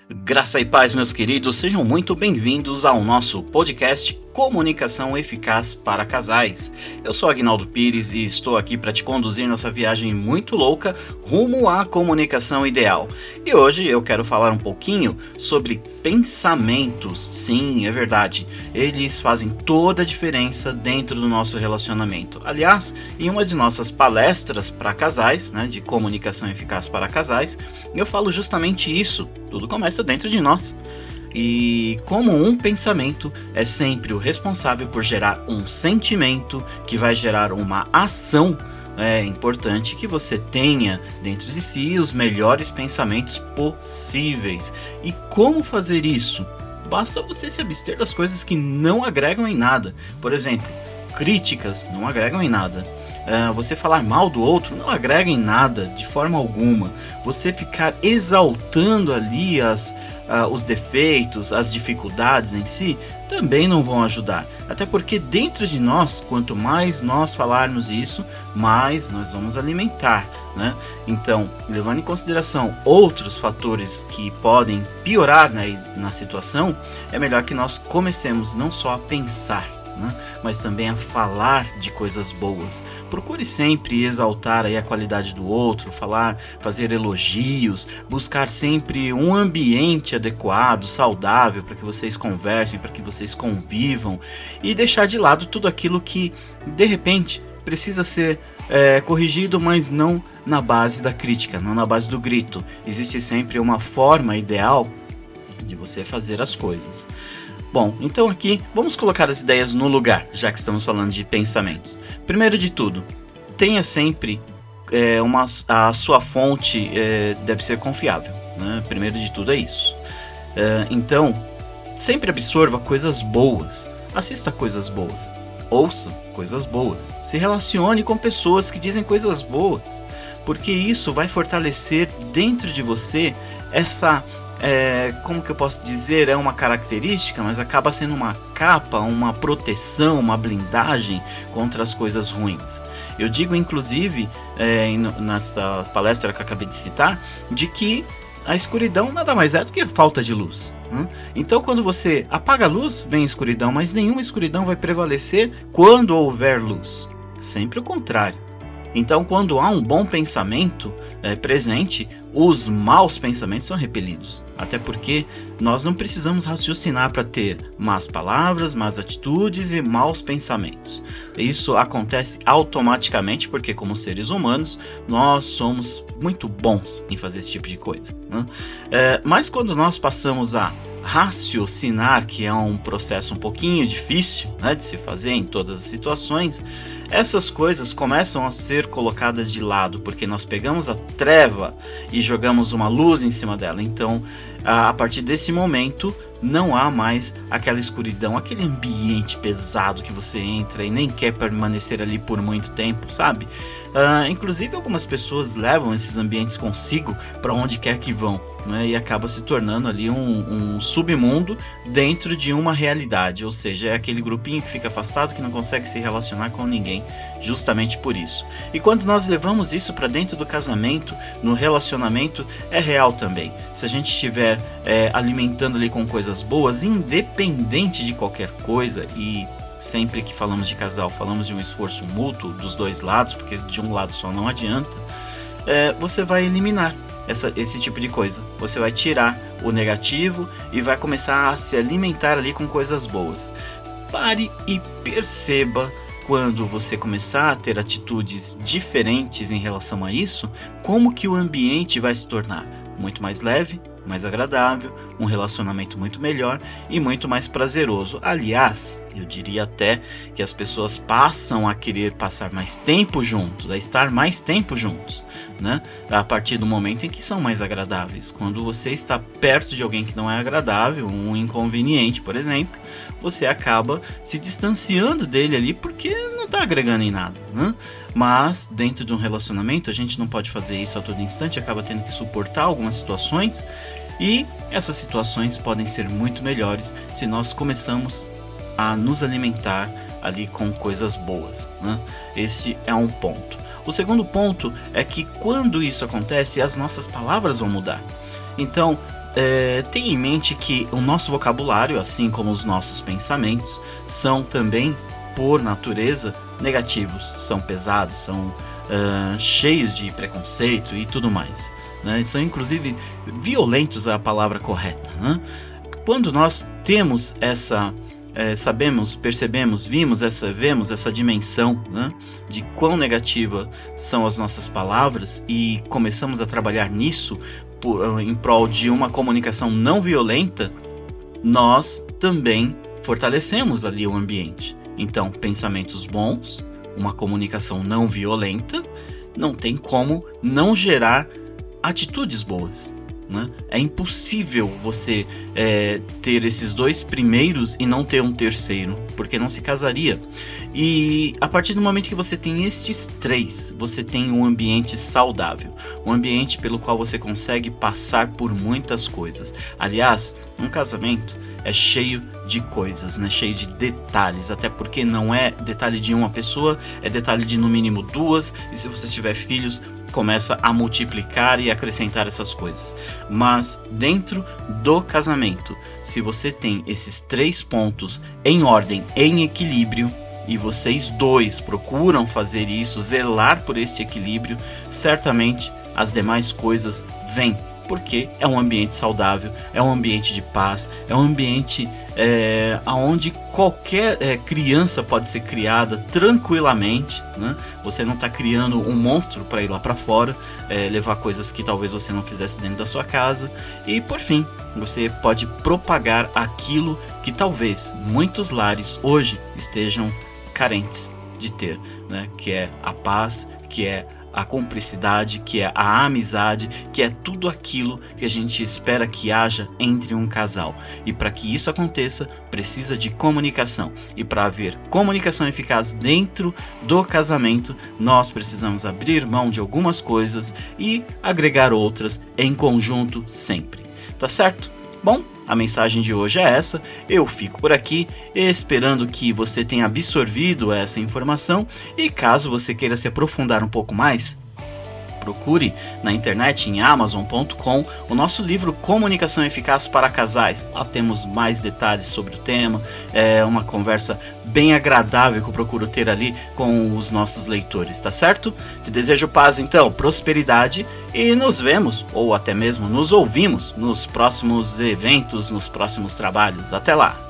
Graça e paz, meus queridos, sejam muito bem-vindos ao nosso podcast Comunicação Eficaz para Casais. Eu sou Aguinaldo Pires e estou aqui para te conduzir nessa viagem muito louca rumo à comunicação ideal. E hoje eu quero falar um pouquinho sobre pensamentos. Sim, é verdade, eles fazem toda a diferença dentro do nosso relacionamento. Aliás, em uma de nossas palestras para casais, de comunicação eficaz para casais, eu falo justamente isso. Tudo começa dentro de nós. E como um pensamento é sempre o responsável por gerar um sentimento que vai gerar uma ação, é importante que você tenha dentro de si os melhores pensamentos possíveis. E como fazer isso? Basta você se abster das coisas que não agregam em nada. Por exemplo, críticas não agregam em nada. Você falar mal do outro não agrega em nada, de forma alguma. Você ficar exaltando ali os defeitos, as dificuldades em si, também não vão ajudar. Até porque dentro de nós, quanto mais nós falarmos isso, mais nós vamos alimentar, né? Então, levando em consideração outros fatores que podem piorar na situação, é melhor que nós comecemos não só a pensar, mas também a falar de coisas boas. Procure sempre exaltar a qualidade do outro, fazer elogios, buscar sempre um ambiente adequado, saudável, para que vocês conversem, para que vocês convivam, e deixar de lado tudo aquilo que, de repente, precisa ser corrigido, mas não na base da crítica, não na base do grito. Existe sempre uma forma ideal de você fazer as coisas. Bom, então aqui vamos colocar as ideias no lugar, já que estamos falando de pensamentos. Primeiro de tudo, tenha sempre a sua fonte deve ser confiável, né? Primeiro de tudo é isso. Então, sempre absorva coisas boas, assista coisas boas, ouça coisas boas, se relacione com pessoas que dizem coisas boas, porque isso vai fortalecer dentro de você essa... como que eu posso dizer, é uma característica, mas acaba sendo uma capa, uma proteção, uma blindagem contra as coisas ruins. Eu digo, inclusive, nessa palestra que eu acabei de citar, de que a escuridão nada mais é do que a falta de luz. Então, quando você apaga a luz, vem a escuridão, mas nenhuma escuridão vai prevalecer quando houver luz. Sempre o contrário. Então, quando há um bom pensamento presente, os maus pensamentos são repelidos. Até porque nós não precisamos raciocinar para ter más palavras, más atitudes e maus pensamentos. Isso acontece automaticamente porque, como seres humanos, nós somos muito bons em fazer esse tipo de coisa, mas quando nós passamos a raciocinar, que é um processo um pouquinho difícil de se fazer em todas as situações, essas coisas começam a ser colocadas de lado, porque nós pegamos a treva e jogamos uma luz em cima dela. Então, a partir desse momento, não há mais aquela escuridão, aquele ambiente pesado que você entra e nem quer permanecer ali por muito tempo, sabe? Inclusive, algumas pessoas levam esses ambientes consigo para onde quer que vão, e acaba se tornando ali um submundo dentro de uma realidade, ou seja, é aquele grupinho que fica afastado, que não consegue se relacionar com ninguém, justamente por isso. E quando nós levamos isso para dentro do casamento, no relacionamento, é real também. Se a gente estiver alimentando ali com coisas boas, independente de qualquer coisa, e sempre que falamos de casal, falamos de um esforço mútuo dos dois lados, porque de um lado só não adianta, você vai eliminar esse tipo de coisa. Você vai tirar o negativo e vai começar a se alimentar ali com coisas boas. Pare e perceba, quando você começar a ter atitudes diferentes em relação a isso, como que o ambiente vai se tornar muito mais leve, mais agradável, um relacionamento muito melhor e muito mais prazeroso. Aliás, eu diria até que as pessoas passam a querer passar mais tempo juntos, a estar mais tempo juntos, a partir do momento em que são mais agradáveis. Quando você está perto de alguém que não é agradável, um inconveniente, por exemplo, você acaba se distanciando dele ali porque não está agregando em nada, Mas dentro de um relacionamento a gente não pode fazer isso a todo instante, acaba tendo que suportar algumas situações, e essas situações podem ser muito melhores se nós começamos a nos alimentar ali com coisas boas, Esse é um ponto. O segundo ponto é que quando isso acontece, as nossas palavras vão mudar. Então, tenha em mente que o nosso vocabulário, assim como os nossos pensamentos, são também, por natureza, negativos, são pesados, são cheios de preconceito e tudo mais, né? São inclusive violentos, é a palavra correta, né? Quando nós temos sabemos, percebemos, vemos essa dimensão, né, de quão negativa são as nossas palavras e começamos a trabalhar nisso em prol de uma comunicação não violenta, nós também fortalecemos ali o ambiente. Então, pensamentos bons, uma comunicação não violenta, não tem como não gerar atitudes boas, né? É impossível você ter esses dois primeiros e não ter um terceiro, porque não se casaria. E a partir do momento que você tem estes três, você tem um ambiente saudável, um ambiente pelo qual você consegue passar por muitas coisas. Aliás, um casamento é cheio de coisas, né? Cheio de detalhes, até porque não é detalhe de uma pessoa, é detalhe de no mínimo duas, e se você tiver filhos, começa a multiplicar e acrescentar essas coisas. Mas dentro do casamento, se você tem esses três pontos em ordem, em equilíbrio, e vocês dois procuram fazer isso, zelar por este equilíbrio, certamente as demais coisas vêm. Porque é um ambiente saudável, é um ambiente de paz, é um ambiente onde qualquer criança pode ser criada tranquilamente, né? Você não está criando um monstro para ir lá para fora, levar coisas que talvez você não fizesse dentro da sua casa. E por fim, você pode propagar aquilo que talvez muitos lares hoje estejam carentes de ter, né? Que é a paz, que é a cumplicidade, que é a amizade, que é tudo aquilo que a gente espera que haja entre um casal. E para que isso aconteça, precisa de comunicação. E para haver comunicação eficaz dentro do casamento, nós precisamos abrir mão de algumas coisas e agregar outras em conjunto sempre. Tá certo? Bom, a mensagem de hoje é essa. Eu fico por aqui esperando que você tenha absorvido essa informação e caso você queira se aprofundar um pouco mais, procure na internet em Amazon.com o nosso livro Comunicação Eficaz para Casais. Lá temos mais detalhes sobre o tema, é uma conversa bem agradável que eu procuro ter ali com os nossos leitores, tá certo? Te desejo paz então, prosperidade e nos vemos, ou até mesmo nos ouvimos nos próximos eventos, nos próximos trabalhos. Até lá!